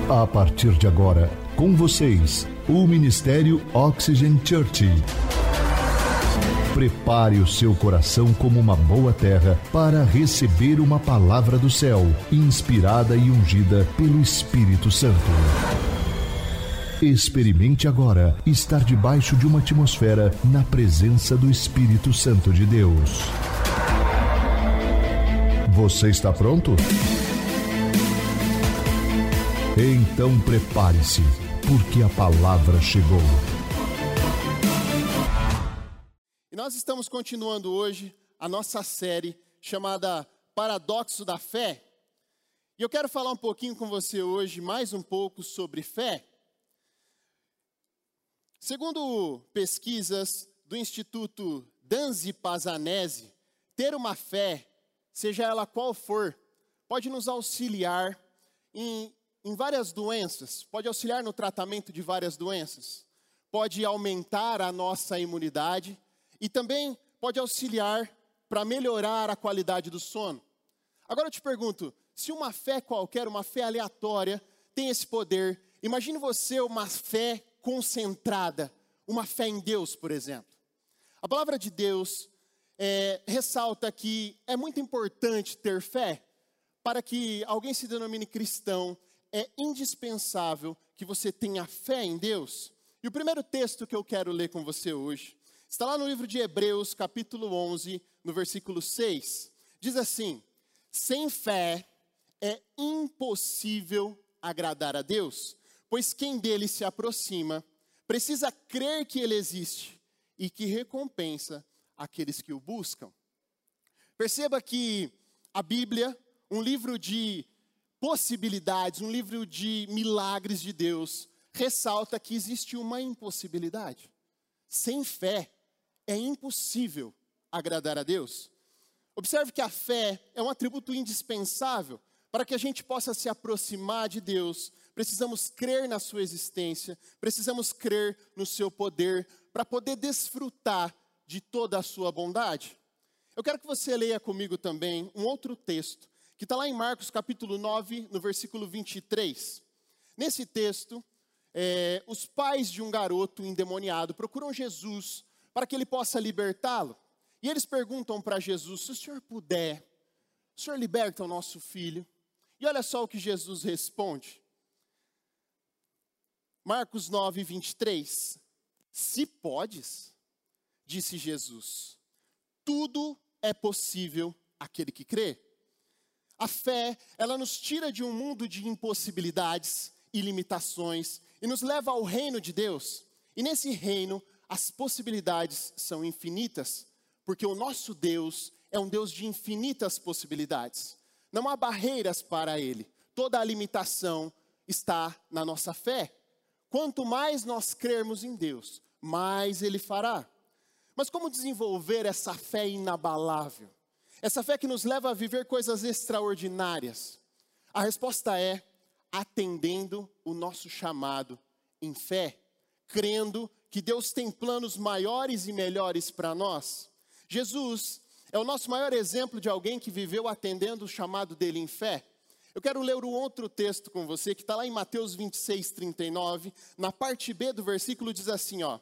A partir de agora, com vocês, o Ministério Oxygen Church. Prepare o seu coração como uma boa terra para receber uma palavra do céu, inspirada e ungida pelo Espírito Santo. Experimente agora estar debaixo de uma atmosfera na presença do Espírito Santo de Deus. Você está pronto? Então prepare-se, porque a palavra chegou. E nós estamos continuando hoje a nossa série chamada Paradoxo da Fé. E eu quero falar um pouquinho com você hoje, mais um pouco sobre fé. Segundo pesquisas do Instituto Danzi Pazanese, ter uma fé, seja ela qual for, pode nos auxiliar em várias doenças, pode auxiliar no tratamento de várias doenças, pode aumentar a nossa imunidade e também pode auxiliar para melhorar a qualidade do sono. Agora eu te pergunto, se uma fé qualquer, uma fé aleatória, tem esse poder, imagine você uma fé concentrada, uma fé em Deus, por exemplo. A palavra de Deus ressalta que é muito importante ter fé. Para que alguém se denomine cristão, é indispensável que você tenha fé em Deus. E o primeiro texto que eu quero ler com você hoje está lá no livro de Hebreus, capítulo 11, no versículo 6. Diz assim: sem fé é impossível agradar a Deus, pois quem dele se aproxima precisa crer que ele existe e que recompensa aqueles que o buscam. Perceba que a Bíblia, um livro de possibilidades, um livro de milagres de Deus, ressalta que existe uma impossibilidade. Sem fé é impossível agradar a Deus. Observe que a fé é um atributo indispensável para que a gente possa se aproximar de Deus. Precisamos crer na sua existência, precisamos crer no seu poder para poder desfrutar de toda a sua bondade. Eu quero que você leia comigo também um outro texto, que está lá em Marcos capítulo 9, no versículo 23. Nesse texto, os pais de um garoto endemoniado procuram Jesus para que ele possa libertá-lo. E eles perguntam para Jesus: se o senhor puder, o senhor liberta o nosso filho? E olha só o que Jesus responde. Marcos 9, 23. Se podes, disse Jesus, tudo é possível àquele que crê. A fé, ela nos tira de um mundo de impossibilidades e limitações e nos leva ao reino de Deus. E nesse reino, as possibilidades são infinitas, porque o nosso Deus é um Deus de infinitas possibilidades. Não há barreiras para Ele. Toda a limitação está na nossa fé. Quanto mais nós crermos em Deus, mais Ele fará. Mas como desenvolver essa fé inabalável? Essa fé que nos leva a viver coisas extraordinárias? A resposta é atendendo o nosso chamado em fé, crendo que Deus tem planos maiores e melhores para nós. Jesus é o nosso maior exemplo de alguém que viveu atendendo o chamado dele em fé. Eu quero ler um outro texto com você, que está lá em Mateus 26, 39, na parte B do versículo diz assim, ó,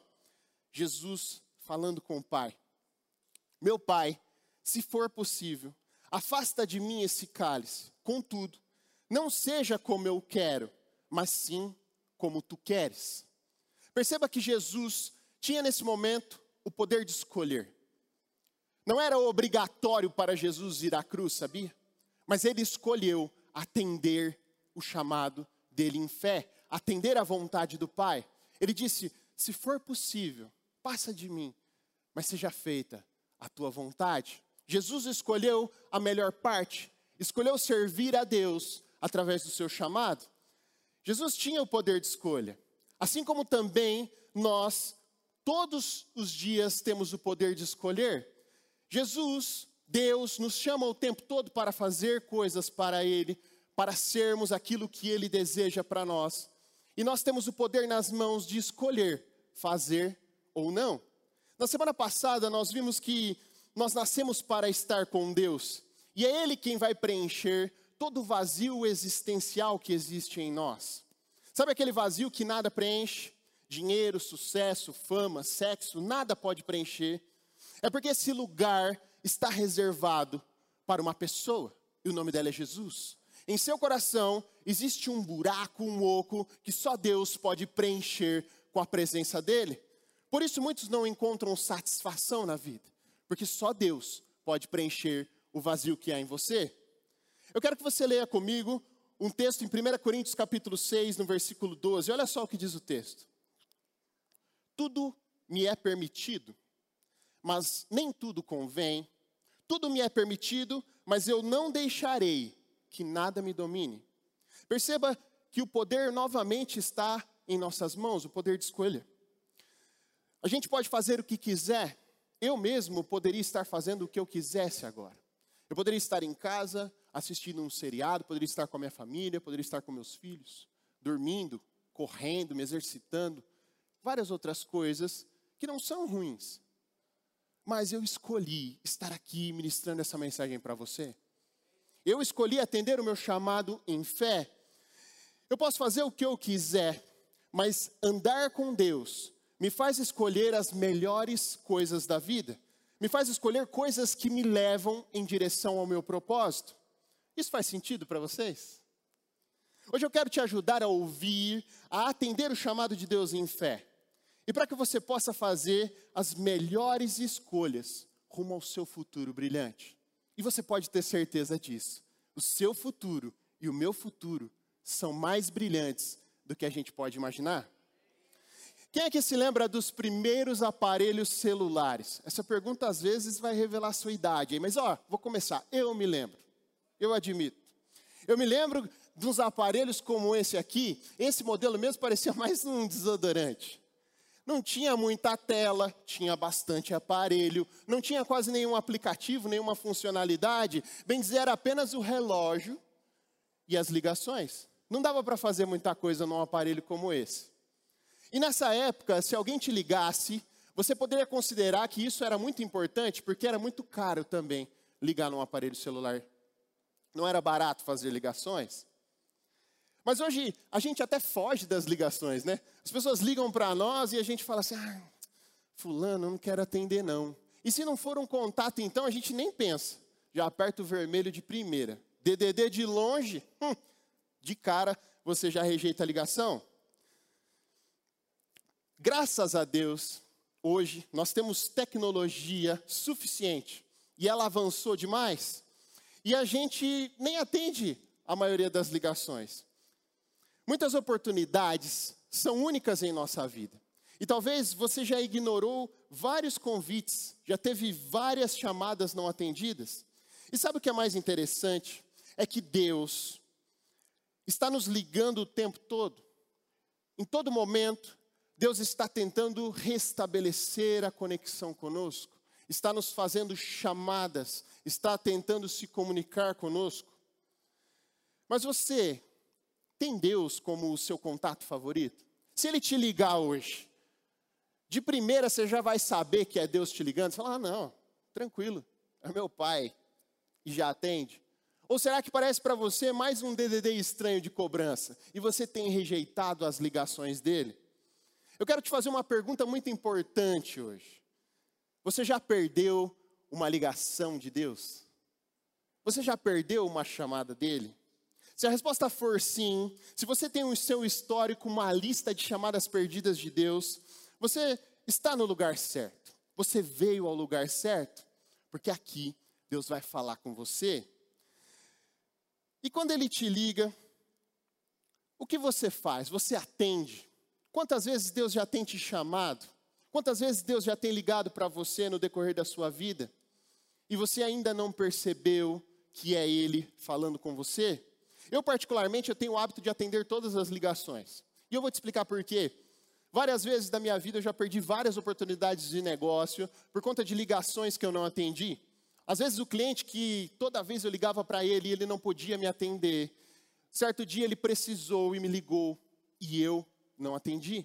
Jesus falando com o Pai: meu Pai, se for possível, afasta de mim esse cálice. Contudo, não seja como eu quero, mas sim como tu queres. Perceba que Jesus tinha nesse momento o poder de escolher. Não era obrigatório para Jesus ir à cruz, sabia? Mas ele escolheu atender o chamado dele em fé, atender a vontade do Pai. Ele disse: se for possível, passa de mim, mas seja feita a tua vontade. Jesus escolheu a melhor parte, escolheu servir a Deus através do seu chamado. Jesus tinha o poder de escolha, assim como também nós, todos os dias, temos o poder de escolher. Jesus, Deus, nos chama o tempo todo para fazer coisas para Ele, para sermos aquilo que Ele deseja para nós. E nós temos o poder nas mãos de escolher fazer ou não. Na semana passada nós vimos que nós nascemos para estar com Deus. E é Ele quem vai preencher todo o vazio existencial que existe em nós. Sabe aquele vazio que nada preenche? Dinheiro, sucesso, fama, sexo, nada pode preencher. É porque esse lugar está reservado para uma pessoa, e o nome dela é Jesus. Em seu coração existe um buraco, um oco, que só Deus pode preencher com a presença dele. Por isso muitos não encontram satisfação na vida, porque só Deus pode preencher o vazio que há em você. Eu quero que você leia comigo um texto em 1 Coríntios capítulo 6, no versículo 12. Olha só o que diz o texto. Tudo me é permitido, mas nem tudo convém. Tudo me é permitido, mas eu não deixarei que nada me domine. Perceba que o poder novamente está em nossas mãos, o poder de escolha. A gente pode fazer o que quiser. Eu mesmo poderia estar fazendo o que eu quisesse agora. Eu poderia estar em casa, assistindo um seriado, poderia estar com a minha família, poderia estar com meus filhos, dormindo, correndo, me exercitando, várias outras coisas que não são ruins. Mas eu escolhi estar aqui ministrando essa mensagem para você. Eu escolhi atender o meu chamado em fé. Eu posso fazer o que eu quiser, mas andar com Deus me faz escolher as melhores coisas da vida. Me faz escolher coisas que me levam em direção ao meu propósito. Isso faz sentido para vocês? Hoje eu quero te ajudar a ouvir, a atender o chamado de Deus em fé. E para que você possa fazer as melhores escolhas rumo ao seu futuro brilhante. E você pode ter certeza disso. O seu futuro e o meu futuro são mais brilhantes do que a gente pode imaginar. Quem é que se lembra dos primeiros aparelhos celulares? Essa pergunta às vezes vai revelar a sua idade. Mas vou começar. Eu me lembro. Eu admito. Eu me lembro dos aparelhos como esse aqui. Esse modelo mesmo parecia mais um desodorante. Não tinha muita tela, tinha bastante aparelho, não tinha quase nenhum aplicativo, nenhuma funcionalidade. Bem dizer, era apenas o relógio e as ligações. Não dava para fazer muita coisa num aparelho como esse. E nessa época, se alguém te ligasse, você poderia considerar que isso era muito importante, porque era muito caro também ligar num aparelho celular. Não era barato fazer ligações. Mas hoje a gente até foge das ligações, né? As pessoas ligam para nós e a gente fala assim, fulano, eu não quero atender não. E se não for um contato então, a gente nem pensa. Já aperta o vermelho de primeira. DDD de longe, de cara você já rejeita a ligação. Graças a Deus, hoje nós temos tecnologia suficiente. E ela avançou demais. E a gente nem atende a maioria das ligações. Muitas oportunidades são únicas em nossa vida. E talvez você já ignorou vários convites, já teve várias chamadas não atendidas. E sabe o que é mais interessante? É que Deus está nos ligando o tempo todo. Em todo momento, Deus está tentando restabelecer a conexão conosco. Está nos fazendo chamadas, está tentando se comunicar conosco. Mas você tem Deus como o seu contato favorito? Se Ele te ligar hoje, de primeira você já vai saber que é Deus te ligando? Você fala, não, tranquilo, é meu pai, e já atende. Ou será que parece para você mais um DDD estranho de cobrança, e você tem rejeitado as ligações dele? Eu quero te fazer uma pergunta muito importante hoje. Você já perdeu uma ligação de Deus? Você já perdeu uma chamada dele? Se a resposta for sim, se você tem o seu histórico, uma lista de chamadas perdidas de Deus, você está no lugar certo. Você veio ao lugar certo, porque aqui Deus vai falar com você. E quando Ele te liga, o que você faz? Você atende? Quantas vezes Deus já tem te chamado? Quantas vezes Deus já tem ligado para você no decorrer da sua vida? E você ainda não percebeu que é Ele falando com você? Eu particularmente, eu tenho o hábito de atender todas as ligações. E eu vou te explicar por quê. Várias vezes da minha vida eu já perdi várias oportunidades de negócio por conta de ligações que eu não atendi. Às vezes o cliente que toda vez eu ligava para ele e ele não podia me atender. Certo dia ele precisou e me ligou e eu não atendi.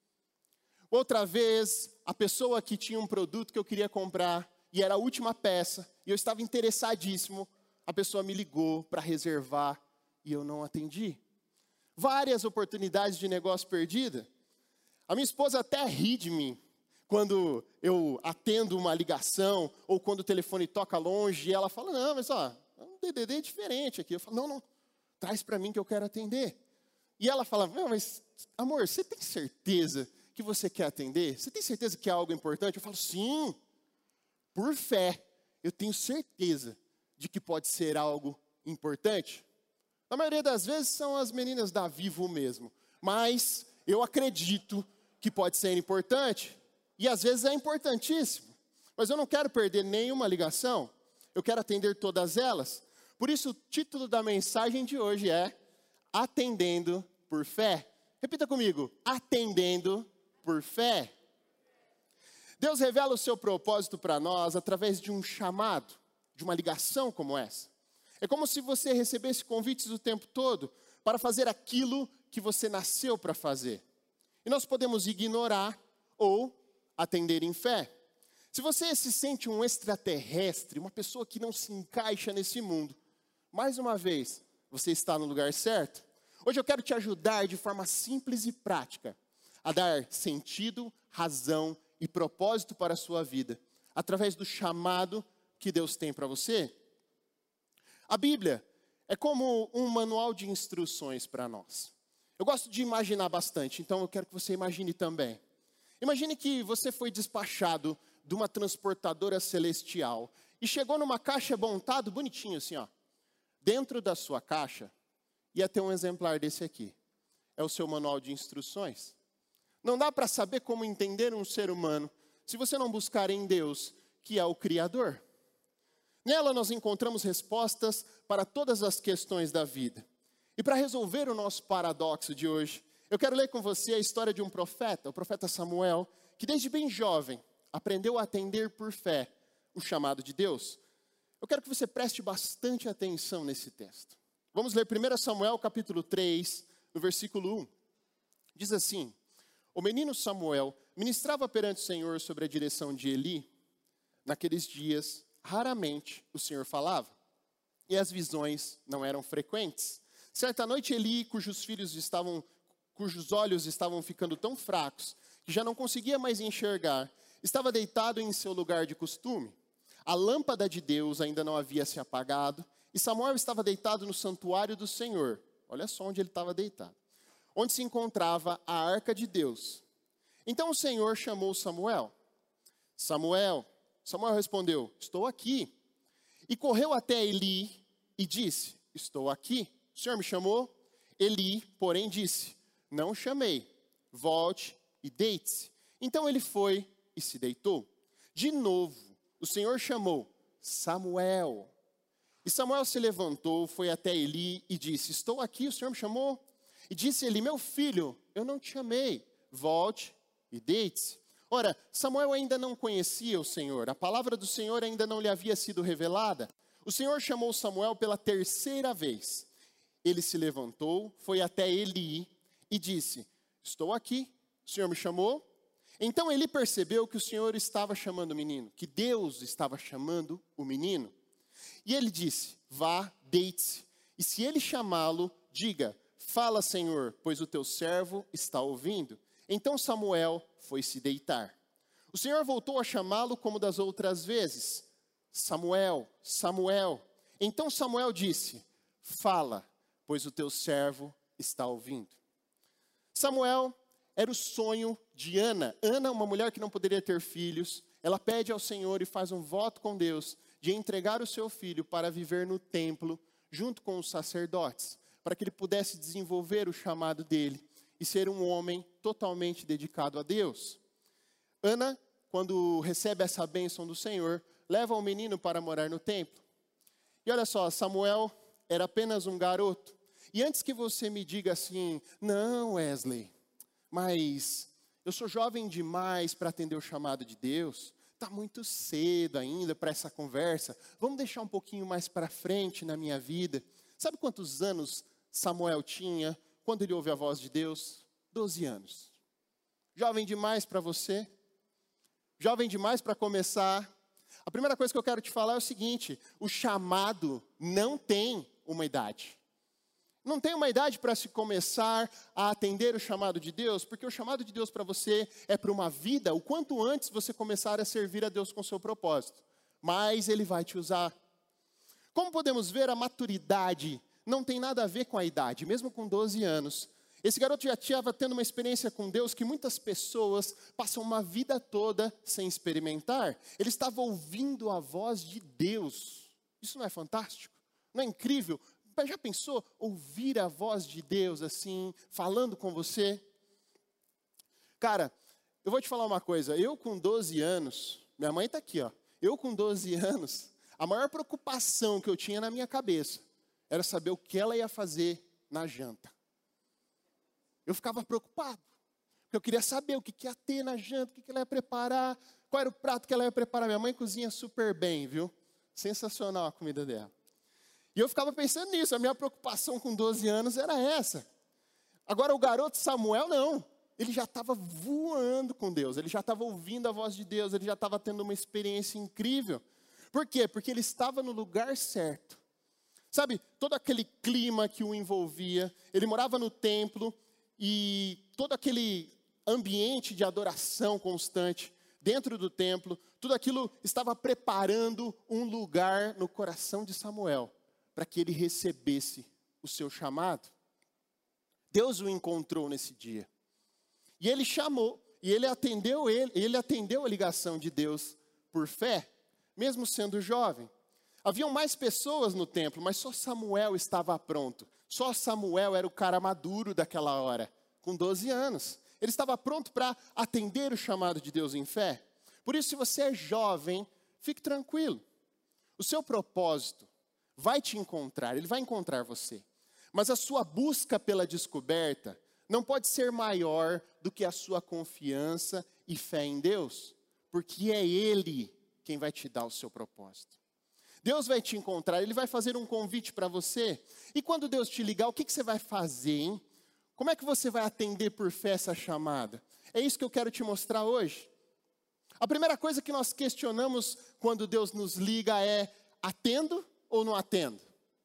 Outra vez, a pessoa que tinha um produto que eu queria comprar e era a última peça e eu estava interessadíssimo, a pessoa me ligou para reservar e eu não atendi. Várias oportunidades de negócio perdida. A minha esposa até ri de mim quando eu atendo uma ligação ou quando o telefone toca longe e ela fala, não, mas ó, é um DDD diferente aqui. Eu falo, não, traz para mim que eu quero atender. E ela fala, não, mas amor, você tem certeza que você quer atender? Você tem certeza que é algo importante? Eu falo, sim, por fé, eu tenho certeza de que pode ser algo importante. Na maioria das vezes são as meninas da Vivo mesmo, mas eu acredito que pode ser importante, e às vezes é importantíssimo, mas eu não quero perder nenhuma ligação, eu quero atender todas elas. Por isso o título da mensagem de hoje é Atendendo por Fé. Repita comigo, atendendo por fé. Deus revela o seu propósito para nós através de um chamado, de uma ligação como essa. É como se você recebesse convites o tempo todo para fazer aquilo que você nasceu para fazer. E nós podemos ignorar ou atender em fé. Se você se sente um extraterrestre, uma pessoa que não se encaixa nesse mundo, mais uma vez, você está no lugar certo. Hoje eu quero te ajudar de forma simples e prática a dar sentido, razão e propósito para a sua vida, através do chamado que Deus tem para você. A Bíblia é como um manual de instruções para nós. Eu gosto de imaginar bastante, então eu quero que você imagine também. Imagine que você foi despachado de uma transportadora celestial e chegou numa caixa montado bonitinho assim, ó. Dentro da sua caixa ia ter um exemplar desse aqui. É o seu manual de instruções. Não dá para saber como entender um ser humano se você não buscar em Deus, que é o Criador. Nela nós encontramos respostas para todas as questões da vida. E para resolver o nosso paradoxo de hoje, eu quero ler com você a história de um profeta, o profeta Samuel, que desde bem jovem aprendeu a atender por fé o chamado de Deus. Eu quero que você preste bastante atenção nesse texto. Vamos ler 1 Samuel capítulo 3, no versículo 1. Diz assim: o menino Samuel ministrava perante o Senhor sobre a direção de Eli. Naqueles dias, raramente o Senhor falava, e as visões não eram frequentes. Certa noite, Eli, cujos olhos estavam ficando tão fracos, que já não conseguia mais enxergar, estava deitado em seu lugar de costume. A lâmpada de Deus ainda não havia se apagado, e Samuel estava deitado no santuário do Senhor. Olha só onde ele estava deitado. Onde se encontrava a arca de Deus. Então o Senhor chamou Samuel. Samuel. Samuel respondeu, estou aqui. E correu até Eli e disse, estou aqui. O Senhor me chamou? Eli, porém, disse, não chamei. Volte e deite-se. Então ele foi e se deitou. De novo, o Senhor chamou, Samuel. E Samuel se levantou, foi até Eli e disse, estou aqui, o Senhor me chamou? E disse Eli, meu filho, eu não te chamei, volte e deite-se. Ora, Samuel ainda não conhecia o Senhor, a palavra do Senhor ainda não lhe havia sido revelada. O Senhor chamou Samuel pela terceira vez. Ele se levantou, foi até Eli e disse, estou aqui, o Senhor me chamou? Então Eli percebeu que o Senhor estava chamando o menino, que Deus estava chamando o menino. E ele disse, vá, deite-se, e se ele chamá-lo, diga, fala, Senhor, pois o teu servo está ouvindo. Então Samuel foi se deitar. O Senhor voltou a chamá-lo como das outras vezes. Samuel, Samuel. Então Samuel disse, fala, pois o teu servo está ouvindo. Samuel era o sonho de Ana. Ana, uma mulher que não poderia ter filhos, ela pede ao Senhor e faz um voto com Deus de entregar o seu filho para viver no templo junto com os sacerdotes, para que ele pudesse desenvolver o chamado dele e ser um homem totalmente dedicado a Deus. Ana, quando recebe essa bênção do Senhor, leva o menino para morar no templo. E olha só, Samuel era apenas um garoto. E antes que você me diga assim, não, Wesley, mas eu sou jovem demais para atender o chamado de Deus, está muito cedo ainda para essa conversa, vamos deixar um pouquinho mais para frente na minha vida. Sabe quantos anos Samuel tinha quando ele ouve a voz de Deus? 12 anos. Jovem demais para você? Jovem demais para começar? A primeira coisa que eu quero te falar é o seguinte, o chamado não tem uma idade. Não tem uma idade para se começar a atender o chamado de Deus, porque o chamado de Deus para você é para uma vida, o quanto antes você começar a servir a Deus com o seu propósito, mas Ele vai te usar. Como podemos ver, a maturidade não tem nada a ver com a idade, mesmo com 12 anos. Esse garoto já estava tendo uma experiência com Deus que muitas pessoas passam uma vida toda sem experimentar. Ele estava ouvindo a voz de Deus. Isso não é fantástico? Não é incrível? Já pensou ouvir a voz de Deus assim, falando com você? Cara, eu vou te falar uma coisa. Eu com 12 anos, minha mãe está aqui, ó. Eu com 12 anos, a maior preocupação que eu tinha na minha cabeça era saber o que ela ia fazer na janta. Eu ficava preocupado, porque eu queria saber o que ia ter na janta, o que ela ia preparar, qual era o prato que ela ia preparar. Minha mãe cozinha super bem, viu? Sensacional a comida dela. E eu ficava pensando nisso, a minha preocupação com 12 anos era essa. Agora o garoto Samuel não, ele já estava voando com Deus, ele já estava ouvindo a voz de Deus, ele já estava tendo uma experiência incrível. Por quê? Porque ele estava no lugar certo. Sabe, todo aquele clima que o envolvia, ele morava no templo e todo aquele ambiente de adoração constante dentro do templo, tudo aquilo estava preparando um lugar no coração de Samuel, para que ele recebesse o seu chamado. Deus o encontrou nesse dia. E ele chamou, e ele atendeu a ligação de Deus por fé, mesmo sendo jovem. Haviam mais pessoas no templo, mas só Samuel estava pronto. Só Samuel era o cara maduro daquela hora, com 12 anos. Ele estava pronto para atender o chamado de Deus em fé. Por isso, se você é jovem, fique tranquilo. O seu propósito vai te encontrar, ele vai encontrar você. Mas a sua busca pela descoberta não pode ser maior do que a sua confiança e fé em Deus, porque é Ele quem vai te dar o seu propósito. Deus vai te encontrar, Ele vai fazer um convite para você. E quando Deus te ligar, o que você vai fazer, hein? Como é que você vai atender por fé essa chamada? É isso que eu quero te mostrar hoje. A primeira coisa que nós questionamos quando Deus nos liga é: atendo ou não atendo?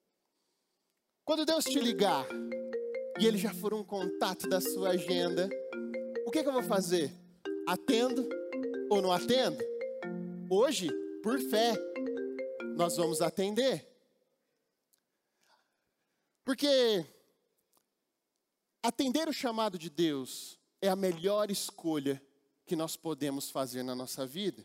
Quando Deus te ligar e Ele já for um contato da sua agenda, o que eu vou fazer? Atendo ou não atendo? Hoje, por fé, nós vamos atender. Porque atender o chamado de Deus é a melhor escolha que nós podemos fazer na nossa vida.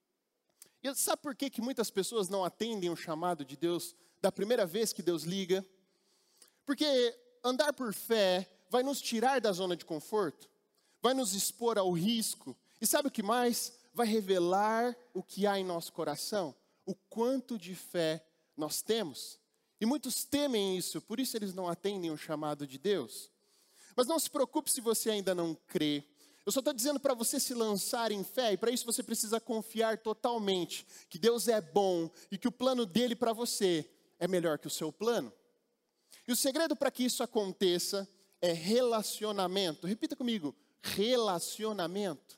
E sabe por que muitas pessoas não atendem o chamado de Deus da primeira vez que Deus liga? Porque andar por fé vai nos tirar da zona de conforto, vai nos expor ao risco, e sabe o que mais? Vai revelar o que há em nosso coração, o quanto de fé nós temos. E muitos temem isso, por isso eles não atendem o chamado de Deus. Mas não se preocupe se você ainda não crê. Eu só estou dizendo para você se lançar em fé, e para isso você precisa confiar totalmente que Deus é bom e que o plano dele para você é melhor que o seu plano. E o segredo para que isso aconteça é relacionamento. Repita comigo, relacionamento.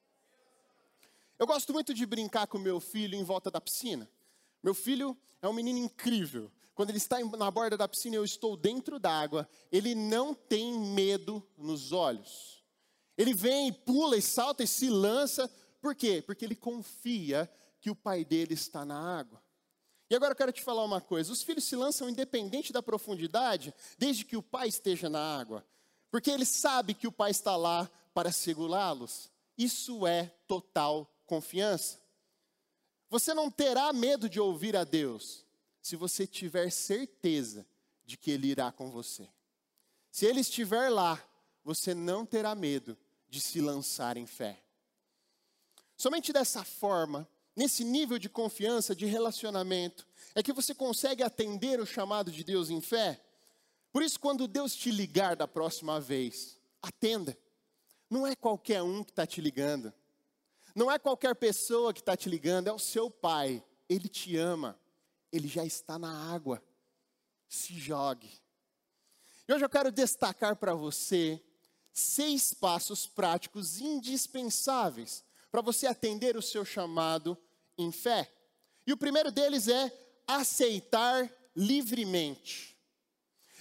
Eu gosto muito de brincar com meu filho em volta da piscina. Meu filho é um menino incrível. Quando ele está na borda da piscina e eu estou dentro d'água, ele não tem medo nos olhos. Ele vem, pula e salta e se lança. Por quê? Porque ele confia que o pai dele está na água. E agora eu quero te falar uma coisa. Os filhos se lançam independente da profundidade, desde que o pai esteja na água. Porque ele sabe que o pai está lá para segurá-los. Isso é total confiança. Você não terá medo de ouvir a Deus se você tiver certeza de que Ele irá com você. Se Ele estiver lá, você não terá medo de se lançar em fé. Somente dessa forma, nesse nível de confiança, de relacionamento, é que você consegue atender o chamado de Deus em fé. Por isso, quando Deus te ligar da próxima vez, atenda. Não é qualquer um que está te ligando. Não é qualquer pessoa que está te ligando, é o seu pai. Ele te ama. Ele já está na água. Se jogue. E hoje eu quero destacar para você 6 passos práticos indispensáveis para você atender o seu chamado em fé. E o primeiro deles é aceitar livremente.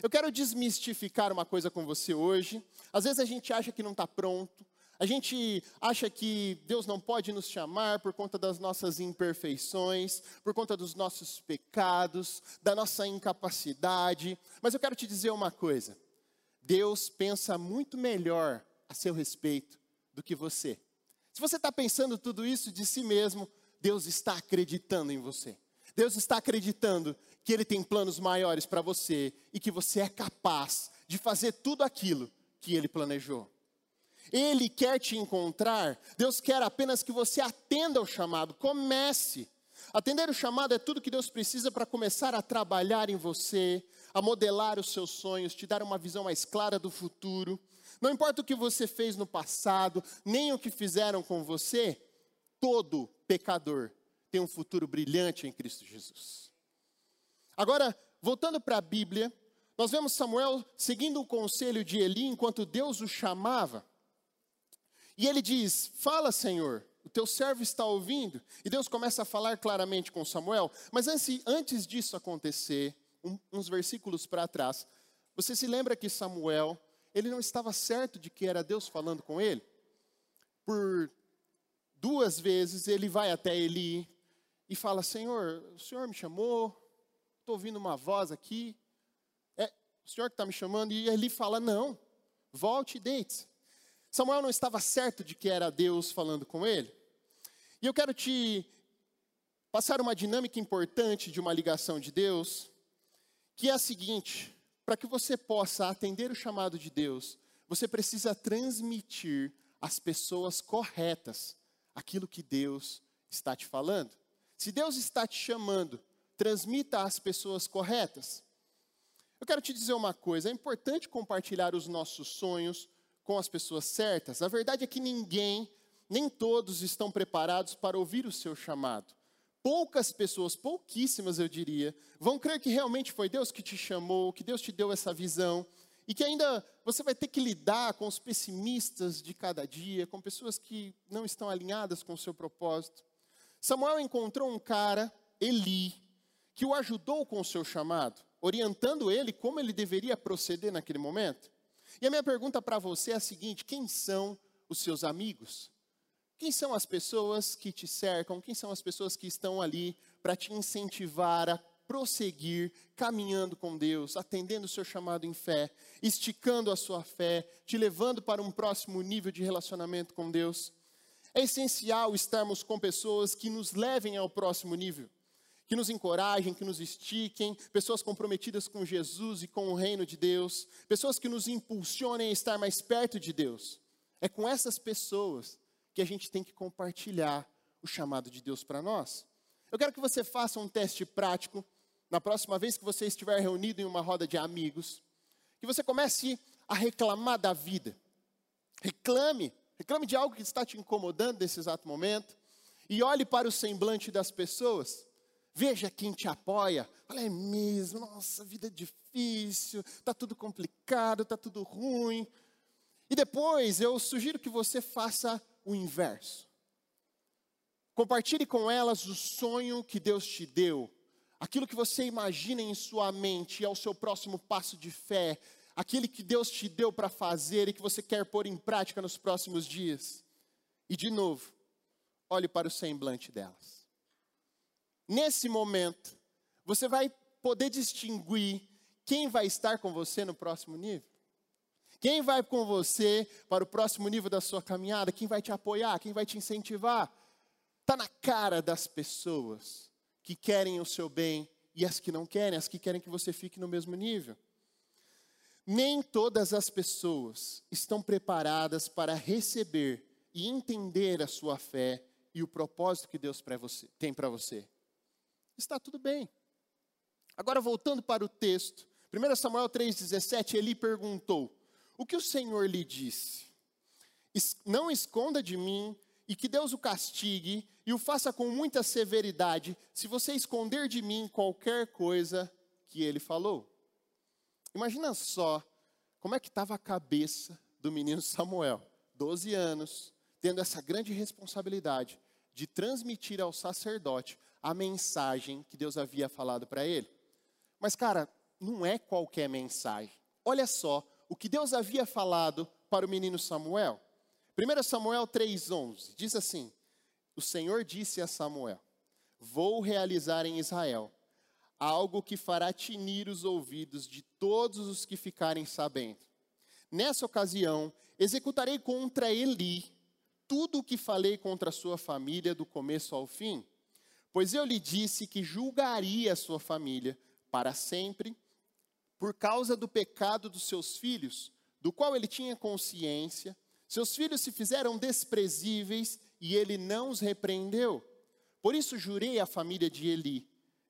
Eu quero desmistificar uma coisa com você hoje. Às vezes a gente acha que não está pronto. A gente acha que Deus não pode nos chamar por conta das nossas imperfeições, por conta dos nossos pecados, da nossa incapacidade. Mas eu quero te dizer uma coisa. Deus pensa muito melhor a seu respeito do que você. Se você está pensando tudo isso de si mesmo, Deus está acreditando em você. Deus está acreditando que Ele tem planos maiores para você e que você é capaz de fazer tudo aquilo que Ele planejou. Ele quer te encontrar, Deus quer apenas que você atenda ao chamado, comece. Atender o chamado é tudo que Deus precisa para começar a trabalhar em você, a modelar os seus sonhos, te dar uma visão mais clara do futuro. Não importa o que você fez no passado, nem o que fizeram com você, todo pecador tem um futuro brilhante em Cristo Jesus. Agora, voltando para a Bíblia, nós vemos Samuel seguindo o conselho de Eli enquanto Deus o chamava. E ele diz, fala Senhor, o teu servo está ouvindo. E Deus começa a falar claramente com Samuel. Mas antes disso acontecer, uns versículos para trás, você se lembra que Samuel, ele não estava certo de que era Deus falando com ele? Por 2 vezes ele vai até Eli e fala, Senhor, o Senhor me chamou, estou ouvindo uma voz aqui, é o Senhor que está me chamando, e Eli fala, não, volte e deite-se. Samuel não estava certo de que era Deus falando com ele. E eu quero te passar uma dinâmica importante de uma ligação de Deus, que é a seguinte, para que você possa atender o chamado de Deus, você precisa transmitir às pessoas corretas aquilo que Deus está te falando. Se Deus está te chamando, transmita às pessoas corretas. Eu quero te dizer uma coisa, é importante compartilhar os nossos sonhos com as pessoas certas. A verdade é que nem todos estão preparados para ouvir o seu chamado. Poucas pessoas, pouquíssimas eu diria, vão crer que realmente foi Deus que te chamou, que Deus te deu essa visão, e que ainda você vai ter que lidar com os pessimistas de cada dia, com pessoas que não estão alinhadas com o seu propósito. Samuel encontrou um cara, Eli, que o ajudou com o seu chamado, orientando ele como ele deveria proceder naquele momento. E a minha pergunta para você é a seguinte, quem são os seus amigos? Quem são as pessoas que te cercam? Quem são as pessoas que estão ali para te incentivar a prosseguir, caminhando com Deus, atendendo o seu chamado em fé, esticando a sua fé, te levando para um próximo nível de relacionamento com Deus? É essencial estarmos com pessoas que nos levem ao próximo nível, que nos encorajem, que nos estiquem, pessoas comprometidas com Jesus e com o reino de Deus, pessoas que nos impulsionem a estar mais perto de Deus. É com essas pessoas que a gente tem que compartilhar o chamado de Deus para nós. Eu quero que você faça um teste prático, na próxima vez que você estiver reunido em uma roda de amigos, que você comece a reclamar da vida. Reclame de algo que está te incomodando nesse exato momento, e olhe para o semblante das pessoas. Veja quem te apoia. Fala, é mesmo, nossa, a vida é difícil, está tudo complicado, está tudo ruim. E depois eu sugiro que você faça o inverso. Compartilhe com elas o sonho que Deus te deu, aquilo que você imagina em sua mente e é o seu próximo passo de fé, aquele que Deus te deu para fazer e que você quer pôr em prática nos próximos dias. E de novo, olhe para o semblante delas. Nesse momento, você vai poder distinguir quem vai estar com você no próximo nível. Quem vai com você para o próximo nível da sua caminhada, quem vai te apoiar, quem vai te incentivar. Está na cara das pessoas que querem o seu bem e as que não querem, as que querem que você fique no mesmo nível. Nem todas as pessoas estão preparadas para receber e entender a sua fé e o propósito que Deus tem para você. Está tudo bem. Agora voltando para o texto, 1 Samuel 3,17, Eli perguntou, o que o Senhor lhe disse? Não esconda de mim e que Deus o castigue e o faça com muita severidade, se você esconder de mim qualquer coisa que ele falou. Imagina só como é que estava a cabeça do menino Samuel, 12 anos, tendo essa grande responsabilidade de transmitir ao sacerdote a mensagem que Deus havia falado para ele. Mas, cara, não é qualquer mensagem. Olha só o que Deus havia falado para o menino Samuel. 1 Samuel 3,11 diz assim: o Senhor disse a Samuel: vou realizar em Israel algo que fará tinir os ouvidos de todos os que ficarem sabendo. Nessa ocasião, executarei contra Eli tudo o que falei contra a sua família do começo ao fim, pois eu lhe disse que julgaria a sua família para sempre, por causa do pecado dos seus filhos, do qual ele tinha consciência. Seus filhos se fizeram desprezíveis e ele não os repreendeu. Por isso jurei à família de Eli: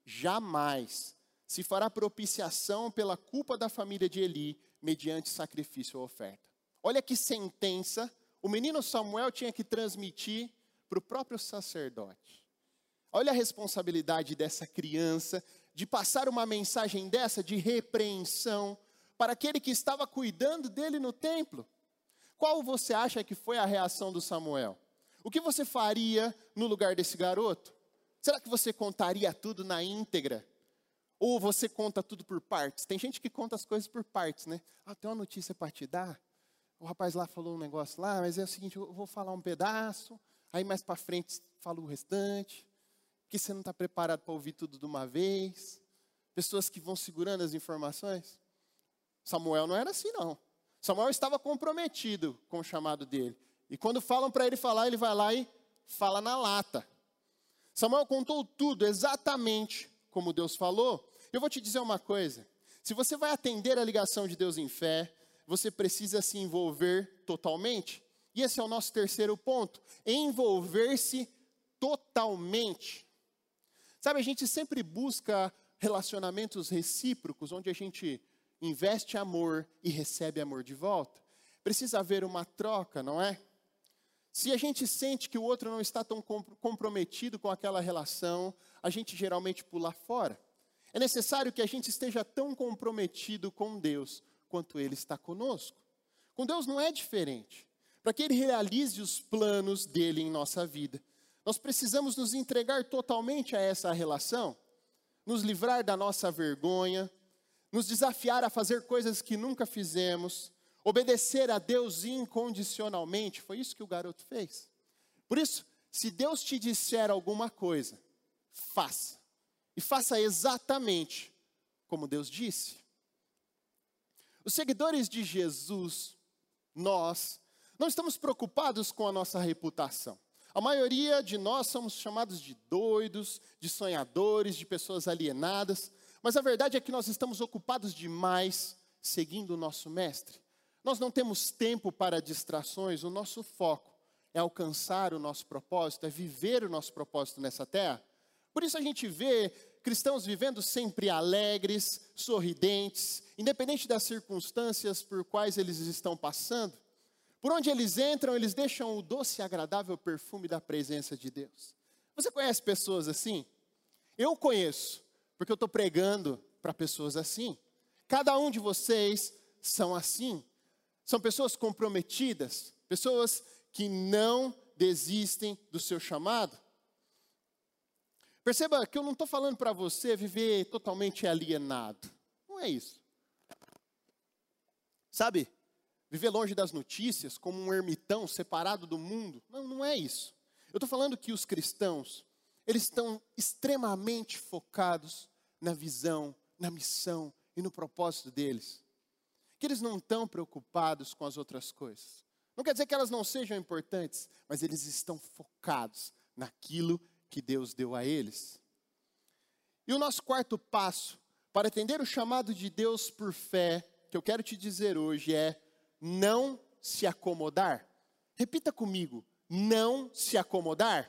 jamais se fará propiciação pela culpa da família de Eli, mediante sacrifício ou oferta. Olha que sentença o menino Samuel tinha que transmitir para o próprio sacerdote. Olha a responsabilidade dessa criança de passar uma mensagem dessa de repreensão para aquele que estava cuidando dele no templo. Qual você acha que foi a reação do Samuel? O que você faria no lugar desse garoto? Será que você contaria tudo na íntegra? Ou você conta tudo por partes? Tem gente que conta as coisas por partes, né? Tem uma notícia para te dar. O rapaz lá falou um negócio lá, mas é o seguinte, eu vou falar um pedaço, aí mais para frente falo o restante, porque você não está preparado para ouvir tudo de uma vez. Pessoas que vão segurando as informações. Samuel não era assim, não. Samuel estava comprometido com o chamado dele. E quando falam para ele falar, ele vai lá e fala na lata. Samuel contou tudo exatamente como Deus falou. Eu vou te dizer uma coisa. Se você vai atender a ligação de Deus em fé, você precisa se envolver totalmente. E esse é o nosso terceiro ponto. Envolver-se totalmente. Sabe, a gente sempre busca relacionamentos recíprocos, onde a gente investe amor e recebe amor de volta. Precisa haver uma troca, não é? Se a gente sente que o outro não está tão comprometido com aquela relação, a gente geralmente pula fora. É necessário que a gente esteja tão comprometido com Deus quanto Ele está conosco. Com Deus não é diferente. Para que Ele realize os planos dEle em nossa vida, nós precisamos nos entregar totalmente a essa relação, nos livrar da nossa vergonha, nos desafiar a fazer coisas que nunca fizemos, obedecer a Deus incondicionalmente. Foi isso que o garoto fez. Por isso, se Deus te disser alguma coisa, faça. E faça exatamente como Deus disse. Os seguidores de Jesus, nós, não estamos preocupados com a nossa reputação. A maioria de nós somos chamados de doidos, de sonhadores, de pessoas alienadas. Mas a verdade é que nós estamos ocupados demais seguindo o nosso mestre. Nós não temos tempo para distrações, o nosso foco é alcançar o nosso propósito, é viver o nosso propósito nessa terra. Por isso a gente vê cristãos vivendo sempre alegres, sorridentes, independente das circunstâncias por quais eles estão passando. Por onde eles entram, eles deixam o doce e agradável perfume da presença de Deus. Você conhece pessoas assim? Eu conheço, porque eu estou pregando para pessoas assim. Cada um de vocês são assim. São pessoas comprometidas, pessoas que não desistem do seu chamado. Perceba que eu não estou falando para você viver totalmente alienado. Não é isso. Sabe, viver longe das notícias, como um ermitão separado do mundo. Não é isso. Eu estou falando que os cristãos, eles estão extremamente focados na visão, na missão e no propósito deles. Que eles não estão preocupados com as outras coisas. Não quer dizer que elas não sejam importantes, mas eles estão focados naquilo que Deus deu a eles. E o nosso quarto passo para atender o chamado de Deus por fé, que eu quero te dizer hoje é não se acomodar. Repita comigo, não se acomodar.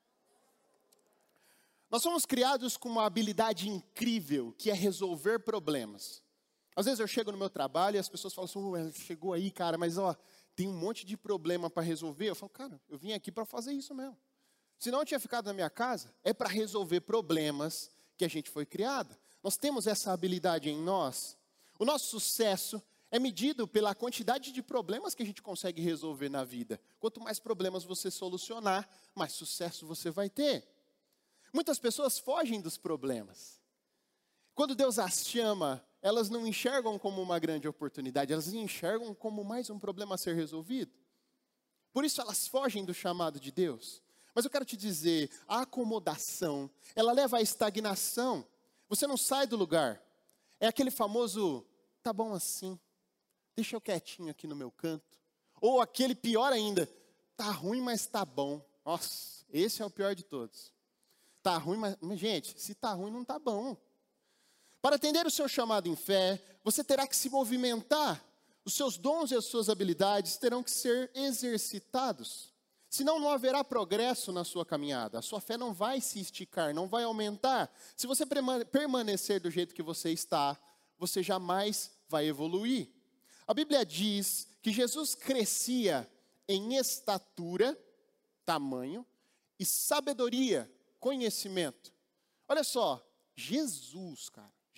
Nós somos criados com uma habilidade incrível, que é resolver problemas. Às vezes eu chego no meu trabalho e as pessoas falam assim, chegou aí, cara, mas tem um monte de problema para resolver. Eu falo, cara, eu vim aqui para fazer isso mesmo. Senão eu tinha ficado na minha casa, é para resolver problemas que a gente foi criado. Nós temos essa habilidade em nós. O nosso sucesso é medido pela quantidade de problemas que a gente consegue resolver na vida. Quanto mais problemas você solucionar, mais sucesso você vai ter. Muitas pessoas fogem dos problemas. Quando Deus as chama elas não enxergam como uma grande oportunidade, elas enxergam como mais um problema a ser resolvido. Por isso elas fogem do chamado de Deus. Mas eu quero te dizer, a acomodação, ela leva à estagnação. Você não sai do lugar. É aquele famoso, tá bom assim, deixa eu quietinho aqui no meu canto. Ou aquele pior ainda, tá ruim, mas tá bom. Nossa, esse é o pior de todos. Tá ruim, mas gente, se tá ruim, não tá bom. Para atender o seu chamado em fé, você terá que se movimentar. Os seus dons e as suas habilidades terão que ser exercitados. Senão não haverá progresso na sua caminhada. A sua fé não vai se esticar, não vai aumentar. Se você permanecer do jeito que você está, você jamais vai evoluir. A Bíblia diz que Jesus crescia em estatura, tamanho, e sabedoria, conhecimento. Olha só, Jesus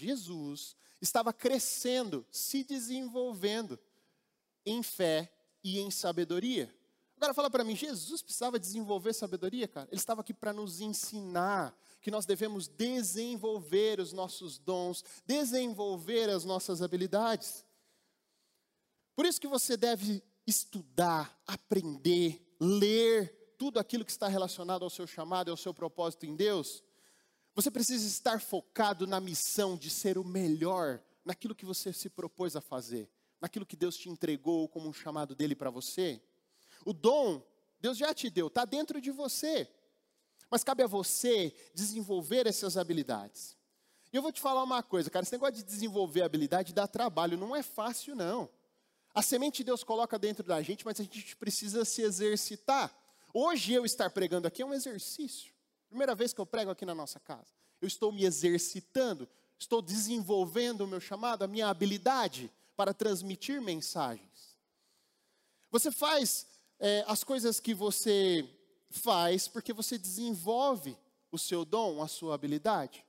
estava crescendo, se desenvolvendo em fé e em sabedoria. Agora fala para mim, Jesus precisava desenvolver sabedoria, cara? Ele estava aqui para nos ensinar que nós devemos desenvolver os nossos dons, desenvolver as nossas habilidades. Por isso que você deve estudar, aprender, ler tudo aquilo que está relacionado ao seu chamado e ao seu propósito em Deus. Você precisa estar focado na missão de ser o melhor naquilo que você se propôs a fazer, naquilo que Deus te entregou como um chamado dele para você. O dom, Deus já te deu, está dentro de você. Mas cabe a você desenvolver essas habilidades. E eu vou te falar uma coisa, cara, esse negócio de desenvolver habilidade dá trabalho, não é fácil não. A semente Deus coloca dentro da gente, mas a gente precisa se exercitar. Hoje eu estar pregando aqui é um exercício. Primeira vez que eu prego aqui na nossa casa. Eu estou me exercitando, estou desenvolvendo o meu chamado, a minha habilidade para transmitir mensagens. Você faz as coisas que você faz porque você desenvolve o seu dom, a sua habilidade.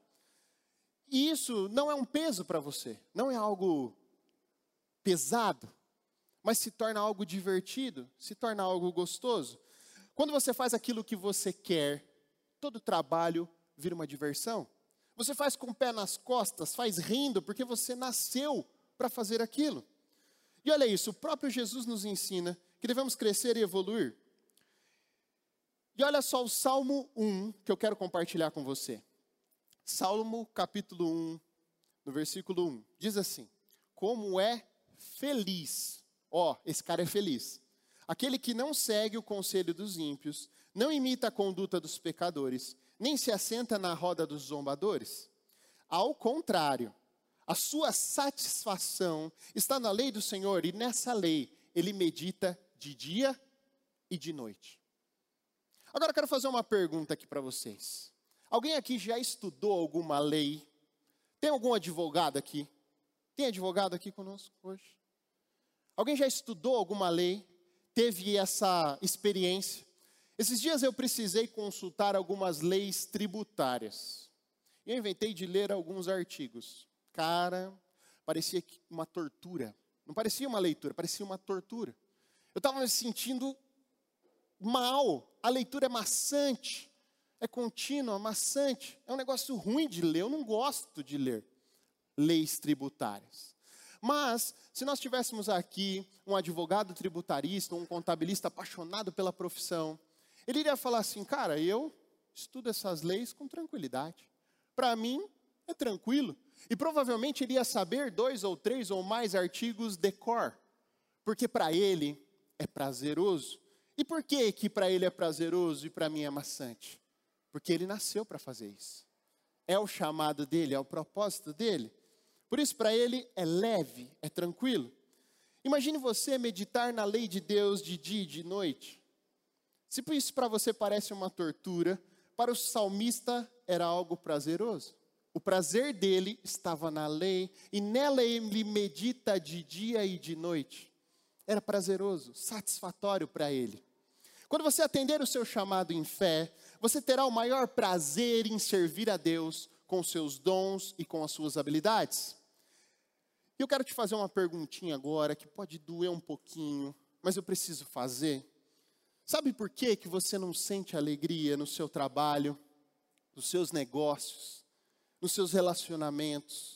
E isso não é um peso para você, não é algo pesado, mas se torna algo divertido, se torna algo gostoso. Quando você faz aquilo que você quer, todo trabalho vira uma diversão. Você faz com o pé nas costas, faz rindo, porque você nasceu para fazer aquilo. E olha isso, o próprio Jesus nos ensina que devemos crescer e evoluir. E olha só o Salmo 1, que eu quero compartilhar com você. Salmo capítulo 1, no versículo 1, diz assim: como é feliz, esse cara é feliz, aquele que não segue o conselho dos ímpios, não imita a conduta dos pecadores, nem se assenta na roda dos zombadores. Ao contrário, a sua satisfação está na lei do Senhor, e nessa lei ele medita de dia e de noite. Agora eu quero fazer uma pergunta aqui para vocês. Alguém aqui já estudou alguma lei? Tem algum advogado aqui? Tem advogado aqui conosco hoje? Alguém já estudou alguma lei? Teve essa experiência? Esses dias eu precisei consultar algumas leis tributárias. E eu inventei de ler alguns artigos. Cara, parecia uma tortura. Não parecia uma leitura, parecia uma tortura. Eu estava me sentindo mal. A leitura é maçante, é contínua, maçante. É um negócio ruim de ler, eu não gosto de ler leis tributárias. Mas, se nós tivéssemos aqui um advogado tributarista, um contabilista apaixonado pela profissão, ele iria falar assim, cara, eu estudo essas leis com tranquilidade. Para mim, é tranquilo. E provavelmente ele ia saber 2 ou 3 ou mais artigos de cor. Porque para ele é prazeroso. E por que para ele é prazeroso e para mim é maçante? Porque ele nasceu para fazer isso. É o chamado dele, é o propósito dele. Por isso para ele é leve, é tranquilo. Imagine você meditar na lei de Deus de dia e de noite. Se isso para você parece uma tortura, para o salmista era algo prazeroso. O prazer dele estava na lei, e nela ele medita de dia e de noite. Era prazeroso, satisfatório para ele. Quando você atender o seu chamado em fé, você terá o maior prazer em servir a Deus com os seus dons e com as suas habilidades. E eu quero te fazer uma perguntinha agora, que pode doer um pouquinho, mas eu preciso fazer. Sabe por que você não sente alegria no seu trabalho, nos seus negócios, nos seus relacionamentos,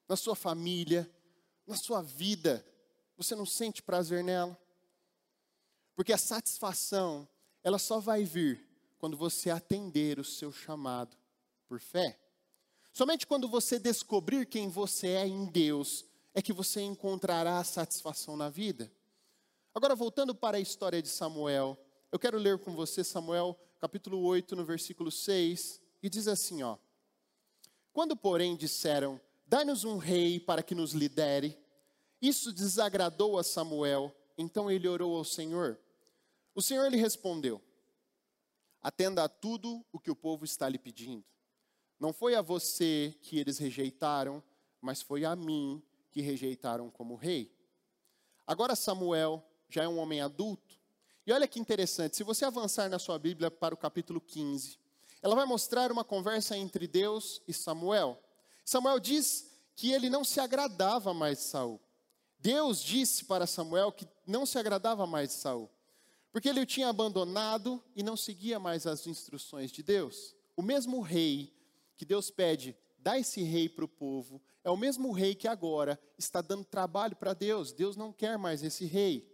na sua família, na sua vida, você não sente prazer nela? Porque a satisfação, ela só vai vir quando você atender o seu chamado por fé. Somente quando você descobrir quem você é em Deus, é que você encontrará a satisfação na vida. Agora, voltando para a história de Samuel, eu quero ler com você Samuel, capítulo 8, no versículo 6, e diz assim, ó. Quando, porém, disseram, dai-nos um rei para que nos lidere, isso desagradou a Samuel, então ele orou ao Senhor. O Senhor lhe respondeu, atenda a tudo o que o povo está lhe pedindo. Não foi a você que eles rejeitaram, mas foi a mim que rejeitaram como rei. Agora Samuel já é um homem adulto. E olha que interessante, se você avançar na sua Bíblia para o capítulo 15, ela vai mostrar uma conversa entre Deus e Samuel. Samuel diz que ele não se agradava mais de Saul. Deus disse para Samuel que não se agradava mais de Saul, porque ele o tinha abandonado e não seguia mais as instruções de Deus. O mesmo rei que Deus pede, dá esse rei para o povo, é o mesmo rei que agora está dando trabalho para Deus. Deus não quer mais esse rei.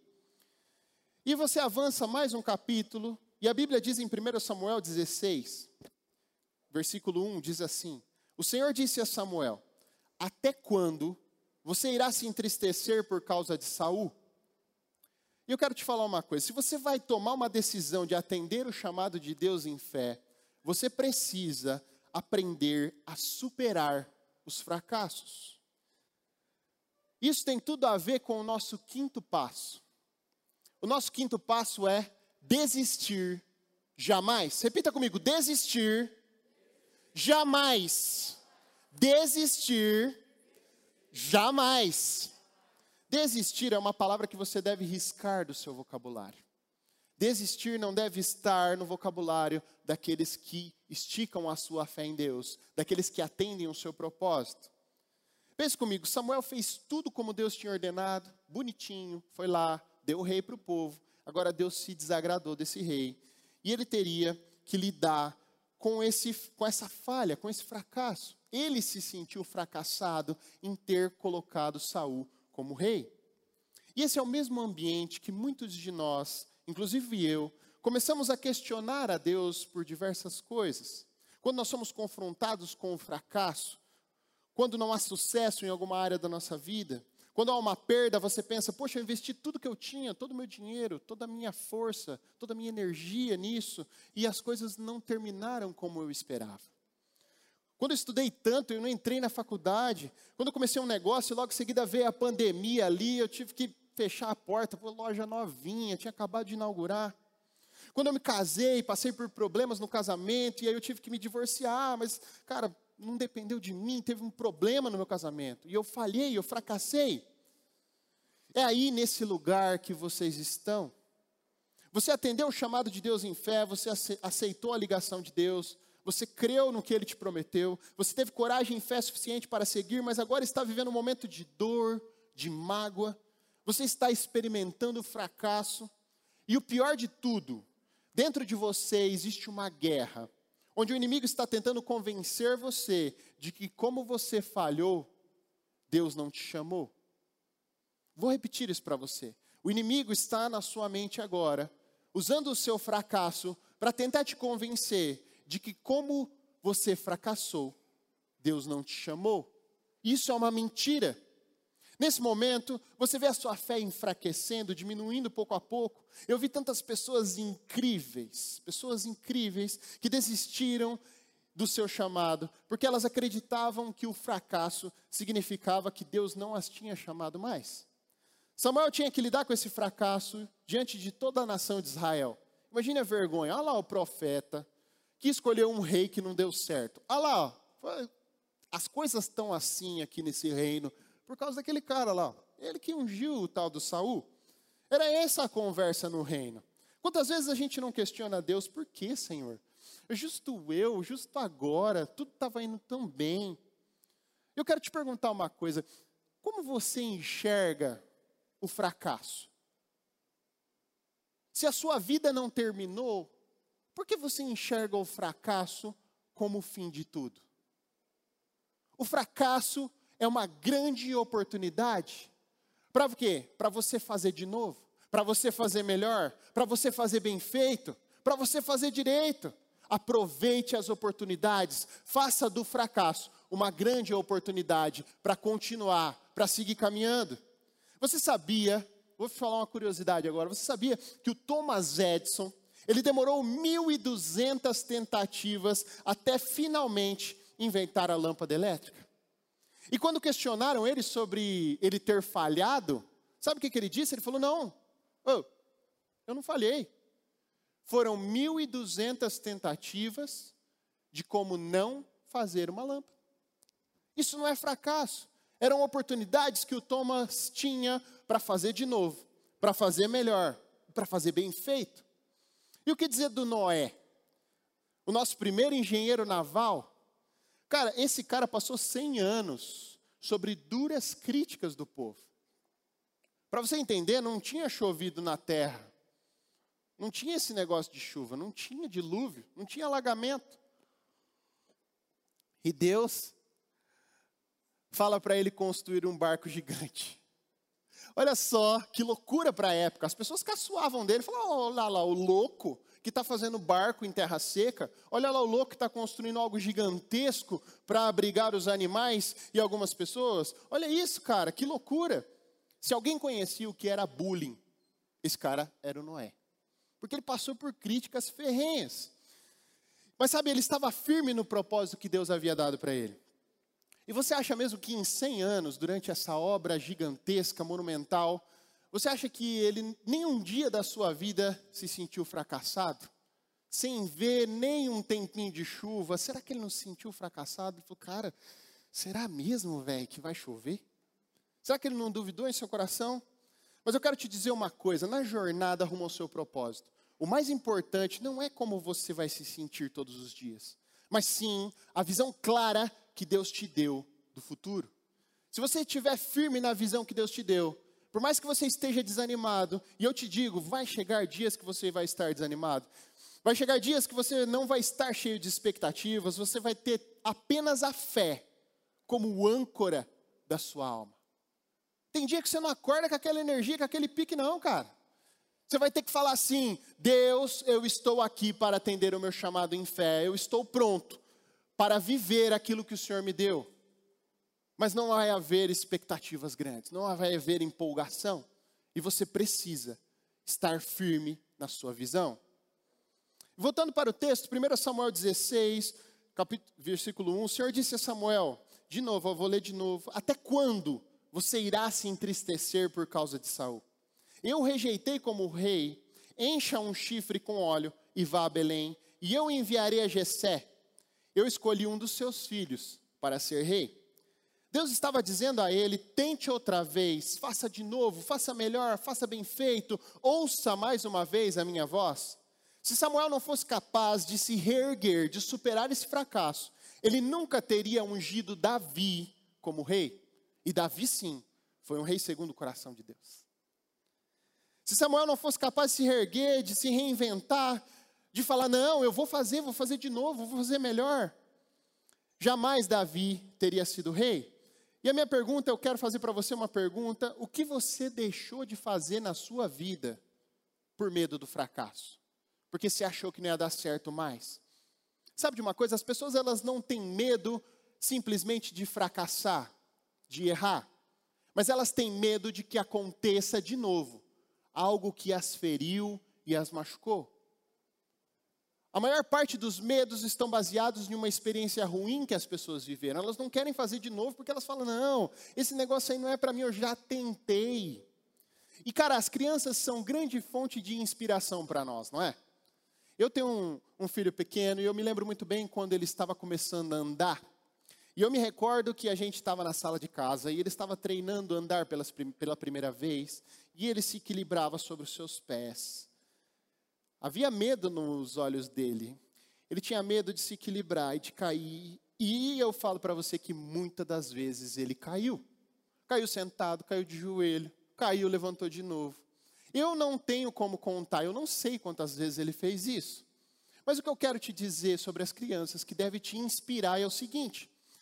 E você avança mais um capítulo, e a Bíblia diz em 1 Samuel 16, versículo 1, diz assim, o Senhor disse a Samuel, até quando você irá se entristecer por causa de Saul? E eu quero te falar uma coisa, se você vai tomar uma decisão de atender o chamado de Deus em fé, você precisa aprender a superar os fracassos. Isso tem tudo a ver com o nosso quinto passo. O nosso quinto passo é desistir jamais. Repita comigo, desistir jamais. Desistir jamais. Desistir é uma palavra que você deve riscar do seu vocabulário. Desistir não deve estar no vocabulário daqueles que esticam a sua fé em Deus, daqueles que atendem o seu propósito. Pense comigo, Samuel fez tudo como Deus tinha ordenado, bonitinho, foi lá, deu o rei para o povo, agora Deus se desagradou desse rei. E ele teria que lidar com essa falha, com esse fracasso. Ele se sentiu fracassado em ter colocado Saul como rei. E esse é o mesmo ambiente que muitos de nós, inclusive eu, começamos a questionar a Deus por diversas coisas. Quando nós somos confrontados com o fracasso, quando não há sucesso em alguma área da nossa vida, quando há uma perda, você pensa, poxa, eu investi tudo que eu tinha, todo o meu dinheiro, toda a minha força, toda a minha energia nisso, e as coisas não terminaram como eu esperava. Quando eu estudei tanto, eu não entrei na faculdade. Quando eu comecei um negócio, logo em seguida veio a pandemia ali, eu tive que fechar a porta, foi loja novinha, tinha acabado de inaugurar. Quando eu me casei, passei por problemas no casamento, e aí eu tive que me divorciar, mas, cara, não dependeu de mim, teve um problema no meu casamento, e eu falhei, eu fracassei. É aí nesse lugar que vocês estão. Você atendeu o chamado de Deus em fé, você aceitou a ligação de Deus, você creu no que Ele te prometeu, você teve coragem e fé suficiente para seguir, mas agora está vivendo um momento de dor, de mágoa, você está experimentando o fracasso, e o pior de tudo, dentro de você existe uma guerra, onde o inimigo está tentando convencer você de que como você falhou, Deus não te chamou. Vou repetir isso para você. O inimigo está na sua mente agora, usando o seu fracasso para tentar te convencer de que como você fracassou, Deus não te chamou. Isso é uma mentira. Nesse momento, você vê a sua fé enfraquecendo, diminuindo pouco a pouco. Eu vi tantas pessoas incríveis que desistiram do seu chamado, porque elas acreditavam que o fracasso significava que Deus não as tinha chamado mais. Samuel tinha que lidar com esse fracasso diante de toda a nação de Israel. Imagine a vergonha, olha lá o profeta, que escolheu um rei que não deu certo. Olha lá, as coisas estão assim aqui nesse reino, por causa daquele cara lá, ele que ungiu o tal do Saul. Era essa a conversa no reino. Quantas vezes a gente não questiona Deus, por que, Senhor? Justo agora, tudo estava indo tão bem. Eu quero te perguntar uma coisa, como você enxerga o fracasso? Se a sua vida não terminou, por que você enxerga o fracasso como o fim de tudo? O fracasso é uma grande oportunidade. Para o quê? Para você fazer de novo, para você fazer melhor, para você fazer bem feito, para você fazer direito. Aproveite as oportunidades, faça do fracasso uma grande oportunidade para continuar, para seguir caminhando. Você sabia, vou falar uma curiosidade agora, você sabia que o Thomas Edison, ele demorou 1.200 tentativas até finalmente inventar a lâmpada elétrica? E quando questionaram ele sobre ele ter falhado, sabe o que ele disse? Ele falou, não, eu não falhei. Foram 1.200 tentativas de como não fazer uma lâmpada. Isso não é fracasso. Eram oportunidades que o Thomas tinha para fazer de novo, para fazer melhor, para fazer bem feito. E o que dizer do Noé? O nosso primeiro engenheiro naval. Cara, esse cara passou 100 anos sobre duras críticas do povo. Para você entender, não tinha chovido na terra. Não tinha esse negócio de chuva, não tinha dilúvio, não tinha alagamento. E Deus fala para ele construir um barco gigante. Olha só, que loucura para a época. As pessoas caçoavam dele, falavam, olha lá, o louco que está fazendo barco em terra seca. Olha lá o louco que está construindo algo gigantesco para abrigar os animais e algumas pessoas. Olha isso, cara, que loucura. Se alguém conhecia o que era bullying, esse cara era o Noé. Porque ele passou por críticas ferrenhas. Mas sabe, ele estava firme no propósito que Deus havia dado para ele. E você acha mesmo que em 100 anos, durante essa obra gigantesca, monumental, você acha que ele nem um dia da sua vida se sentiu fracassado? Sem ver nem um tempinho de chuva, será que ele não se sentiu fracassado? Ele falou, cara, será mesmo, velho, que vai chover? Será que ele não duvidou em seu coração? Mas eu quero te dizer uma coisa, na jornada rumo ao seu propósito, o mais importante não é como você vai se sentir todos os dias, mas sim a visão clara que Deus te deu do futuro. Se você estiver firme na visão que Deus te deu, por mais que você esteja desanimado, e eu te digo, vai chegar dias que você vai estar desanimado, vai chegar dias que você não vai estar cheio de expectativas, você vai ter apenas a fé como âncora da sua alma. Tem dia que você não acorda com aquela energia, com aquele pique não, cara. Você vai ter que falar assim, Deus, eu estou aqui para atender o meu chamado em fé, eu estou pronto para viver aquilo que o Senhor me deu. Mas não vai haver expectativas grandes, não vai haver empolgação. E você precisa estar firme na sua visão. Voltando para o texto, 1 Samuel 16, versículo 1, o Senhor disse a Samuel, de novo, eu vou ler de novo, até quando você irá se entristecer por causa de Saul? Eu o rejeitei como rei, encha um chifre com óleo e vá a Belém, e eu enviarei a Jessé. Eu escolhi um dos seus filhos para ser rei. Deus estava dizendo a ele, tente outra vez, faça de novo, faça melhor, faça bem feito, ouça mais uma vez a minha voz. Se Samuel não fosse capaz de se reerguer, de superar esse fracasso, ele nunca teria ungido Davi como rei. E Davi sim, foi um rei segundo o coração de Deus. Se Samuel não fosse capaz de se reerguer, de se reinventar, de falar, não, eu vou fazer de novo, vou fazer melhor, jamais Davi teria sido rei. E a minha pergunta, eu quero fazer para você uma pergunta, o que você deixou de fazer na sua vida por medo do fracasso? Porque você achou que não ia dar certo mais? Sabe de uma coisa, as pessoas elas não têm medo simplesmente de fracassar, de errar, mas elas têm medo de que aconteça de novo algo que as feriu e as machucou. A maior parte dos medos estão baseados em uma experiência ruim que as pessoas viveram. Elas não querem fazer de novo porque elas falam, não, esse negócio aí não é para mim, eu já tentei. E cara, as crianças são grande fonte de inspiração para nós, não é? Eu tenho um filho pequeno e eu me lembro muito bem quando ele estava começando a andar. E eu me recordo que a gente estava na sala de casa e ele estava treinando a andar pela primeira vez e ele se equilibrava sobre os seus pés. Havia medo nos olhos dele. Ele tinha medo de se equilibrar e de cair. E eu falo para você que muitas das vezes ele caiu. Caiu sentado, caiu de joelho, caiu, levantou de novo. Eu não tenho como contar, eu não sei quantas vezes ele fez isso. Mas o que eu quero te dizer sobre as crianças que deve te inspirar é o seguinte.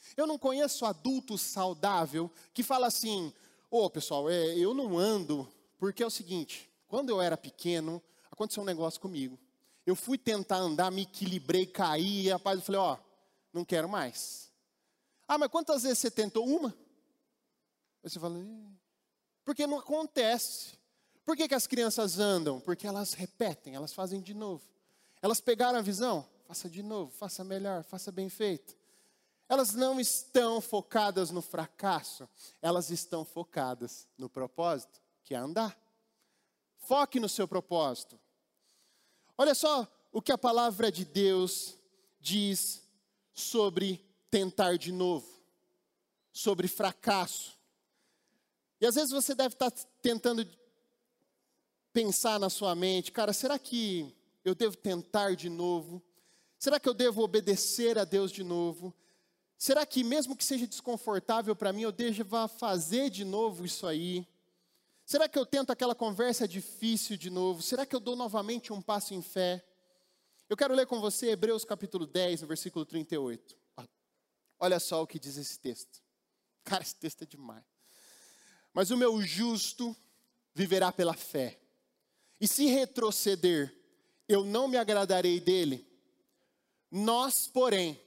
Eu não conheço adulto saudável que fala assim, pessoal, eu não ando, porque é o seguinte, quando eu era pequeno, aconteceu um negócio comigo. Eu fui tentar andar, me equilibrei, caí, e rapaz, eu falei, não quero mais. Mas quantas vezes você tentou? Uma? Aí você fala, porque não acontece. Por que as crianças andam? Porque elas repetem, elas fazem de novo. Elas pegaram a visão, faça de novo, faça melhor, faça bem feito. Elas não estão focadas no fracasso, elas estão focadas no propósito, que é andar. Foque no seu propósito. Olha só o que a palavra de Deus diz sobre tentar de novo, sobre fracasso. E às vezes você deve estar tentando pensar na sua mente, cara, será que eu devo tentar de novo? Será que eu devo obedecer a Deus de novo? Será que mesmo que seja desconfortável para mim, eu devo fazer de novo isso aí? Será que eu tento aquela conversa difícil de novo? Será que eu dou novamente um passo em fé? Eu quero ler com você Hebreus capítulo 10, no versículo 38. Olha só o que diz esse texto. Cara, esse texto é demais. Mas o meu justo viverá pela fé. E se retroceder, eu não me agradarei dele. Nós, porém,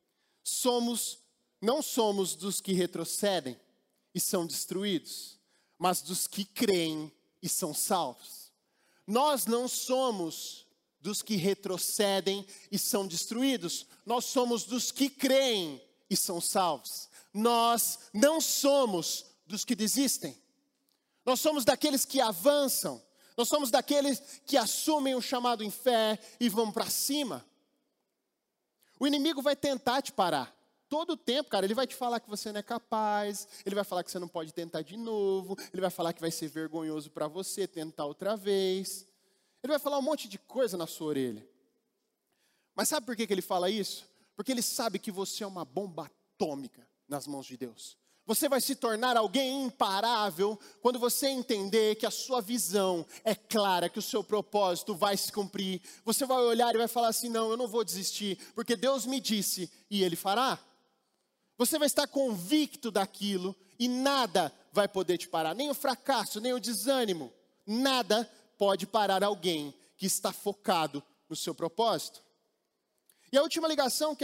não somos dos que retrocedem e são destruídos, mas dos que creem e são salvos. Nós não somos dos que retrocedem e são destruídos, nós somos dos que creem e são salvos. Nós não somos dos que desistem, nós somos daqueles que avançam, nós somos daqueles que assumem o chamado em fé e vão para cima. O inimigo vai tentar te parar. Todo o tempo, cara, ele vai te falar que você não é capaz, ele vai falar que você não pode tentar de novo, ele vai falar que vai ser vergonhoso para você tentar outra vez. Ele vai falar um monte de coisa na sua orelha. Mas sabe por que ele fala isso? Porque ele sabe que você é uma bomba atômica nas mãos de Deus. Você vai se tornar alguém imparável quando você entender que a sua visão é clara, que o seu propósito vai se cumprir. Você vai olhar e vai falar assim, não, eu não vou desistir, porque Deus me disse e Ele fará. Você vai estar convicto daquilo e nada vai poder te parar, nem o fracasso, nem o desânimo. Nada pode parar alguém que está focado no seu propósito. E a última lição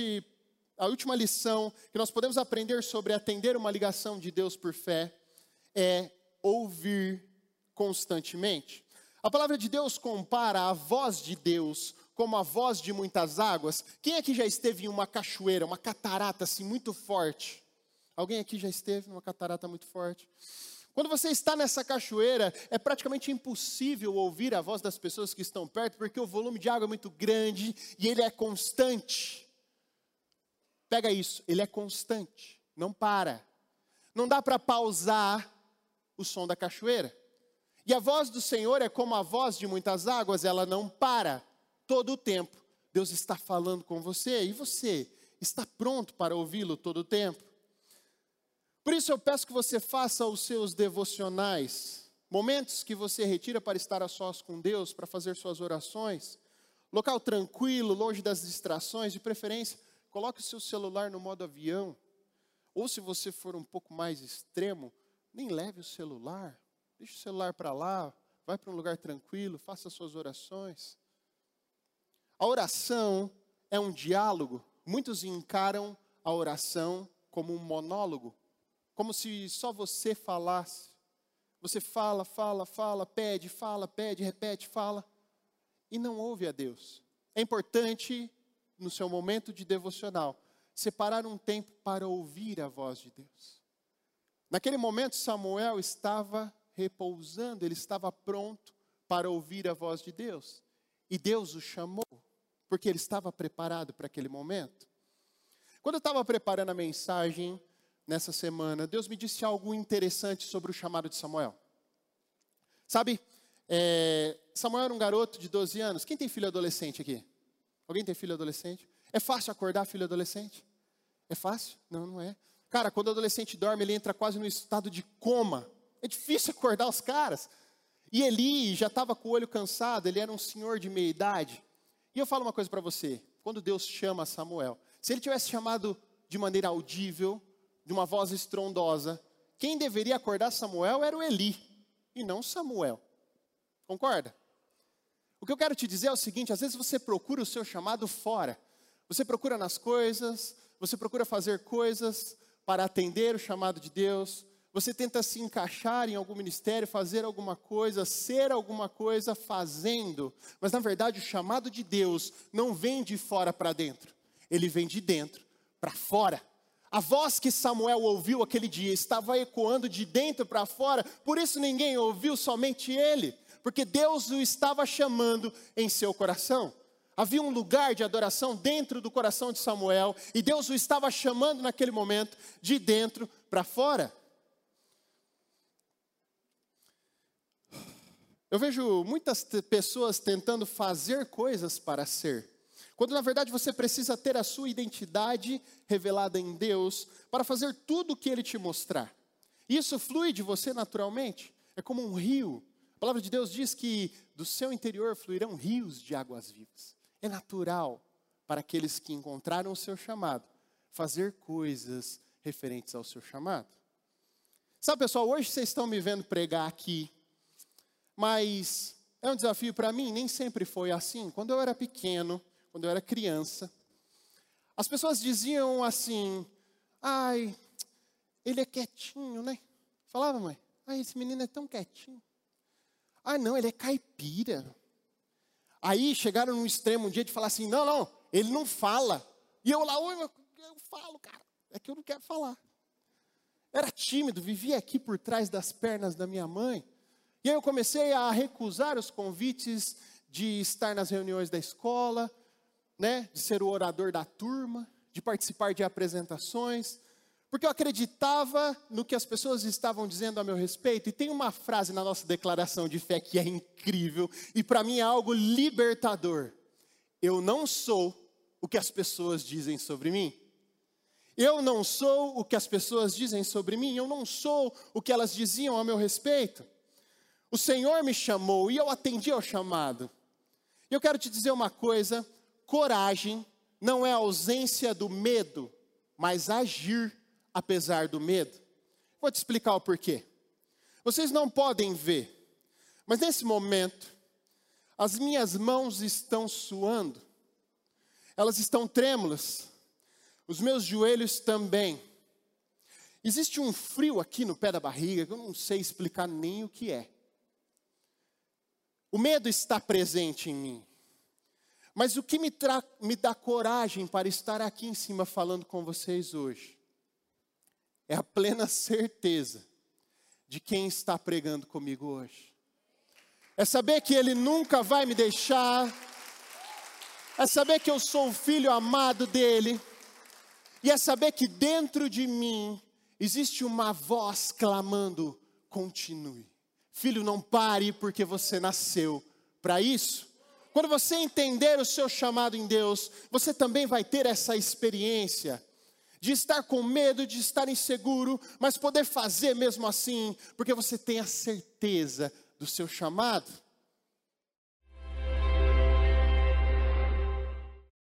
que nós podemos aprender sobre atender uma ligação de Deus por fé é ouvir constantemente. A palavra de Deus compara a voz de Deus como a voz de muitas águas. Quem aqui já esteve em uma cachoeira, uma catarata assim muito forte? Alguém aqui já esteve numa catarata muito forte? Quando você está nessa cachoeira, é praticamente impossível ouvir a voz das pessoas que estão perto, porque o volume de água é muito grande e ele é constante. Pega isso, ele é constante, não para. Não dá para pausar o som da cachoeira. E a voz do Senhor é como a voz de muitas águas, ela não para. Todo o tempo, Deus está falando com você, e você está pronto para ouvi-lo todo o tempo. Por isso eu peço que você faça os seus devocionais, momentos que você retira para estar a sós com Deus, para fazer suas orações, local tranquilo, longe das distrações, de preferência, coloque o seu celular no modo avião, ou se você for um pouco mais extremo, nem leve o celular, deixe o celular para lá, vai para um lugar tranquilo, faça suas orações. A oração é um diálogo, muitos encaram a oração como um monólogo, como se só você falasse. Você fala, pede, repete, fala, e não ouve a Deus. É importante, no seu momento de devocional, separar um tempo para ouvir a voz de Deus. Naquele momento, Samuel estava repousando, ele estava pronto para ouvir a voz de Deus. E Deus o chamou, porque ele estava preparado para aquele momento. Quando eu estava preparando a mensagem nessa semana, Deus me disse algo interessante sobre o chamado de Samuel. Sabe, Samuel era um garoto de 12 anos. Quem tem filho adolescente aqui? Alguém tem filho adolescente? É fácil acordar filho adolescente? É fácil? Não, não é. Cara, quando o adolescente dorme, ele entra quase no estado de coma. É difícil acordar os caras. E Eli já estava com o olho cansado, ele era um senhor de meia idade. E eu falo uma coisa para você, quando Deus chama Samuel, se ele tivesse chamado de maneira audível, de uma voz estrondosa. Quem deveria acordar Samuel era o Eli, e não Samuel. Concorda? O que eu quero te dizer é o seguinte, às vezes você procura o seu chamado fora. Você procura nas coisas, você procura fazer coisas para atender o chamado de Deus. Você tenta se encaixar em algum ministério, fazer alguma coisa, ser alguma coisa fazendo. Mas na verdade o chamado de Deus não vem de fora para dentro. Ele vem de dentro para fora. A voz que Samuel ouviu aquele dia estava ecoando de dentro para fora. Por isso ninguém ouviu, somente ele. Porque Deus o estava chamando em seu coração. Havia um lugar de adoração dentro do coração de Samuel. E Deus o estava chamando naquele momento de dentro para fora. Eu vejo muitas pessoas tentando fazer coisas para ser. Quando na verdade você precisa ter a sua identidade revelada em Deus para fazer tudo o que Ele te mostrar. Isso flui de você naturalmente. É como um rio. A palavra de Deus diz que do seu interior fluirão rios de águas vivas. É natural para aqueles que encontraram o seu chamado fazer coisas referentes ao seu chamado. Sabe, pessoal, hoje vocês estão me vendo pregar aqui. Mas é um desafio para mim, nem sempre foi assim. Quando eu era pequeno, quando eu era criança, as pessoas diziam assim, ai, ele é quietinho, né? Falava, mãe, ai, esse menino é tão quietinho. Ah, não, ele é caipira. Aí chegaram num extremo um dia de falar assim, não, ele não fala. E eu lá, eu falo, cara, é que eu não quero falar. Era tímido, vivia aqui por trás das pernas da minha mãe. E aí eu comecei a recusar os convites de estar nas reuniões da escola, né, de ser o orador da turma, de participar de apresentações, porque eu acreditava no que as pessoas estavam dizendo a meu respeito. E tem uma frase na nossa declaração de fé que é incrível, e para mim é algo libertador. Eu não sou o que as pessoas dizem sobre mim. Eu não sou o que as pessoas dizem sobre mim, eu não sou o que elas diziam a meu respeito. O Senhor me chamou e eu atendi ao chamado. E eu quero te dizer uma coisa, coragem não é ausência do medo, mas agir apesar do medo. Vou te explicar o porquê. Vocês não podem ver, mas nesse momento, as minhas mãos estão suando, elas estão trêmulas, os meus joelhos também. Existe um frio aqui no pé da barriga que eu não sei explicar nem o que é. O medo está presente em mim. Mas o que me dá coragem para estar aqui em cima falando com vocês hoje é a plena certeza de quem está pregando comigo hoje. É saber que Ele nunca vai me deixar. É saber que eu sou o filho amado dEle. E é saber que dentro de mim existe uma voz clamando, continue. Filho, não pare porque você nasceu para isso. Quando você entender o seu chamado em Deus, você também vai ter essa experiência de estar com medo, de estar inseguro, mas poder fazer mesmo assim, porque você tem a certeza do seu chamado.